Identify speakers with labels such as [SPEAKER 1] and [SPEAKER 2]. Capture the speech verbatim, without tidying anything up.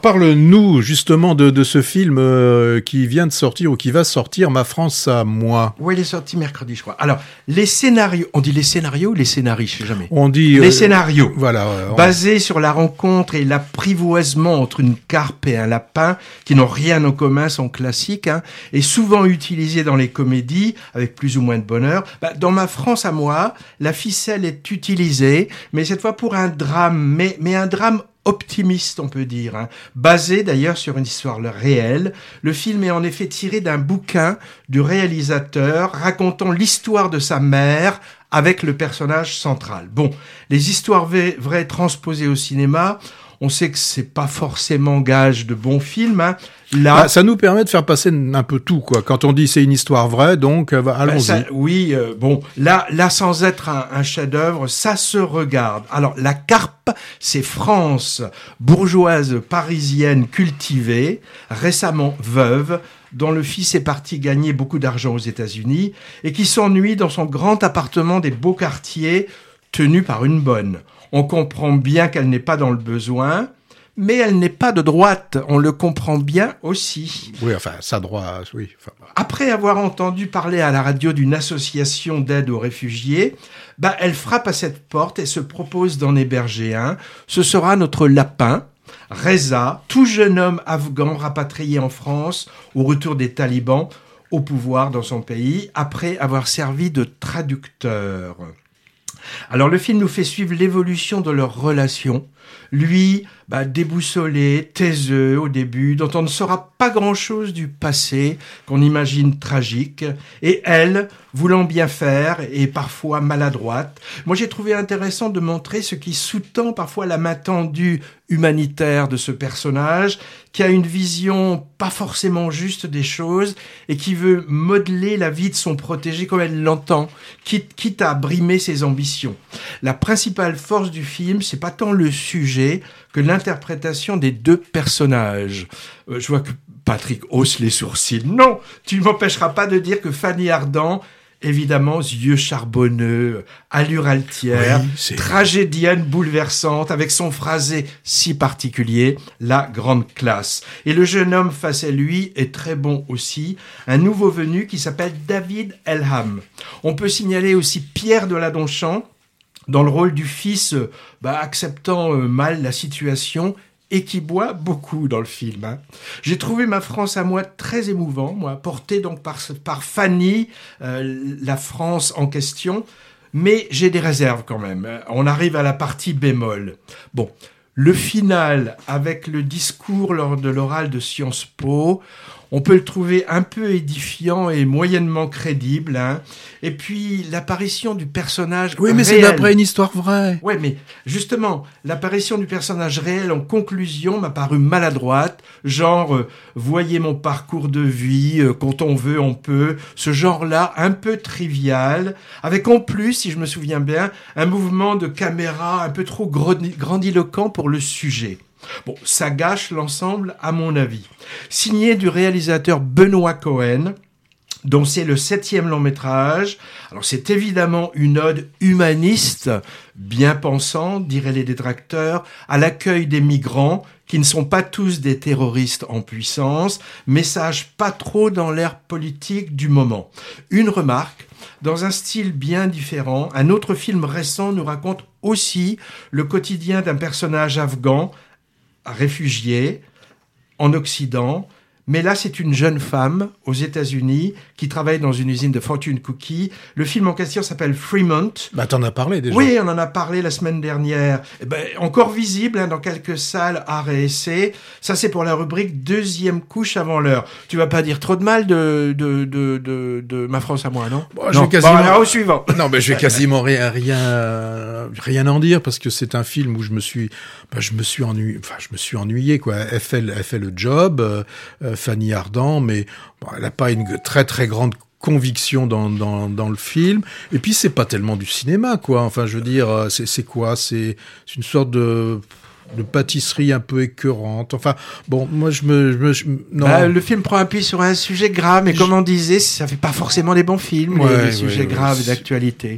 [SPEAKER 1] Parle-nous justement de, de ce film euh, qui vient de sortir ou qui va sortir, Ma France à moi.
[SPEAKER 2] Oui, il est sorti mercredi, je crois. Alors, les scénarios, on dit les scénarios ou les scénarii, je sais jamais.
[SPEAKER 1] On dit...
[SPEAKER 2] Les
[SPEAKER 1] euh,
[SPEAKER 2] scénarios,
[SPEAKER 1] voilà, euh, on...
[SPEAKER 2] basés sur la rencontre et l'apprivoisement entre une carpe et un lapin, qui n'ont rien en commun, sont classiques, hein, et souvent utilisés dans les comédies, avec plus ou moins de bonheur. Bah, dans Ma France à moi, la ficelle est utilisée, mais cette fois pour un drame, mais, mais un drame optimiste, on peut dire, hein. Basé d'ailleurs sur une histoire réelle. Le film est en effet tiré d'un bouquin du réalisateur racontant l'histoire de sa mère avec le personnage central. Bon, les histoires vraies, vraies transposées au cinéma, on sait que c'est pas forcément gage de bons films, hein. Là,
[SPEAKER 1] bah, ça nous permet de faire passer un peu tout, quoi. Quand on dit c'est une histoire vraie, donc euh, allons-y.
[SPEAKER 2] Ben ça, oui, euh, bon, là, là, sans être un, un chef-d'œuvre, ça se regarde. Alors, la carpe, c'est France, bourgeoise parisienne cultivée, récemment veuve, dont le fils est parti gagner beaucoup d'argent aux États-Unis et qui s'ennuie dans son grand appartement des beaux quartiers, tenu par une bonne. On comprend bien qu'elle n'est pas dans le besoin. Mais elle n'est pas de droite, on le comprend bien aussi.
[SPEAKER 1] Oui, enfin, sa droite, oui. Enfin...
[SPEAKER 2] Après avoir entendu parler à la radio d'une association d'aide aux réfugiés, bah, elle frappe à cette porte et se propose d'en héberger un. Ce sera notre lapin, Reza, tout jeune homme afghan rapatrié en France au retour des talibans au pouvoir dans son pays, après avoir servi de traducteur. Alors le film nous fait suivre l'évolution de leur relation. Lui, bah, déboussolé, taiseux au début, dont on ne saura pas grand-chose du passé, qu'on imagine tragique, et elle, voulant bien faire et parfois maladroite. Moi, j'ai trouvé intéressant de montrer ce qui sous-tend parfois la main tendue humanitaire de ce personnage, qui a une vision pas forcément juste des choses et qui veut modeler la vie de son protégé comme elle l'entend, quitte, quitte à brimer ses ambitions. La principale force du film, c'est pas tant le sujet que l'interprétation des deux personnages. Euh, je vois que Patrick hausse les sourcils. Non, tu ne m'empêcheras pas de dire que Fanny Ardant, évidemment, yeux charbonneux, allure altière, oui, tragédienne bouleversante, avec son phrasé si particulier, la grande classe. Et le jeune homme face à lui est très bon aussi, un nouveau venu qui s'appelle David Elham. On peut signaler aussi Pierre Deladonchamp, dans le rôle du fils, bah, acceptant euh, mal la situation et qui boit beaucoup dans le film. Hein. J'ai trouvé Ma France à moi très émouvant, moi, porté donc par, par Fanny, euh, la France en question, mais j'ai des réserves quand même. On arrive à la partie bémol. Bon, le final, avec le discours lors de l'oral de Sciences Po, on peut le trouver un peu édifiant et moyennement crédible. Hein. Et puis, l'apparition du personnage
[SPEAKER 1] Oui, mais
[SPEAKER 2] réel.
[SPEAKER 1] c'est d'après une histoire vraie.
[SPEAKER 2] Oui, mais justement, l'apparition du personnage réel en conclusion m'a paru maladroite. Genre, euh, voyez mon parcours de vie, euh, quand on veut, on peut. Ce genre-là, un peu trivial. Avec en plus, si je me souviens bien, un mouvement de caméra un peu trop grandiloquent pour le sujet. Bon, ça gâche l'ensemble, à mon avis. Signé du réalisateur Benoît Cohen, dont c'est le septième long métrage. Alors, c'est évidemment une ode humaniste, bien pensante, diraient les détracteurs, à l'accueil des migrants, qui ne sont pas tous des terroristes en puissance, message pas trop dans l'ère politique du moment. Une remarque, dans un style bien différent, un autre film récent nous raconte aussi le quotidien d'un personnage afghan, réfugié en Occident, mais là c'est une jeune femme aux États-Unis qui travaille dans une usine de fortune cookies. Le film en question s'appelle Fremont.
[SPEAKER 1] Bah t'en as parlé déjà.
[SPEAKER 2] Oui, on en a parlé la semaine dernière. Eh ben, encore visible hein, dans quelques salles art et essai. Ça c'est pour la rubrique deuxième couche avant l'heure. Tu vas pas dire trop de mal de de de de, de Ma France à moi, non?
[SPEAKER 1] Bon, je non. vais quasiment.
[SPEAKER 2] Bon, alors, au suivant.
[SPEAKER 1] Non, mais je vais quasiment rien rien rien en dire parce que c'est un film où je me suis bah, je me suis ennuyé. Enfin, je me suis ennuyé quoi. Elle fait elle fait le job. Euh, Fanny Ardant, mais bon, elle n'a pas une très très grande conviction dans, dans, dans le film. Et puis, c'est pas tellement du cinéma, quoi. Enfin, je veux dire, c'est, c'est quoi? C'est, c'est une sorte de... de pâtisserie un peu écœurante. Enfin, bon, moi, je me... Je me je, non.
[SPEAKER 2] Bah, le film prend appui sur un sujet grave, mais je... comme on disait, ça fait pas forcément des bons films, ouais, les, les sujets ouais, graves ouais, d'actualité.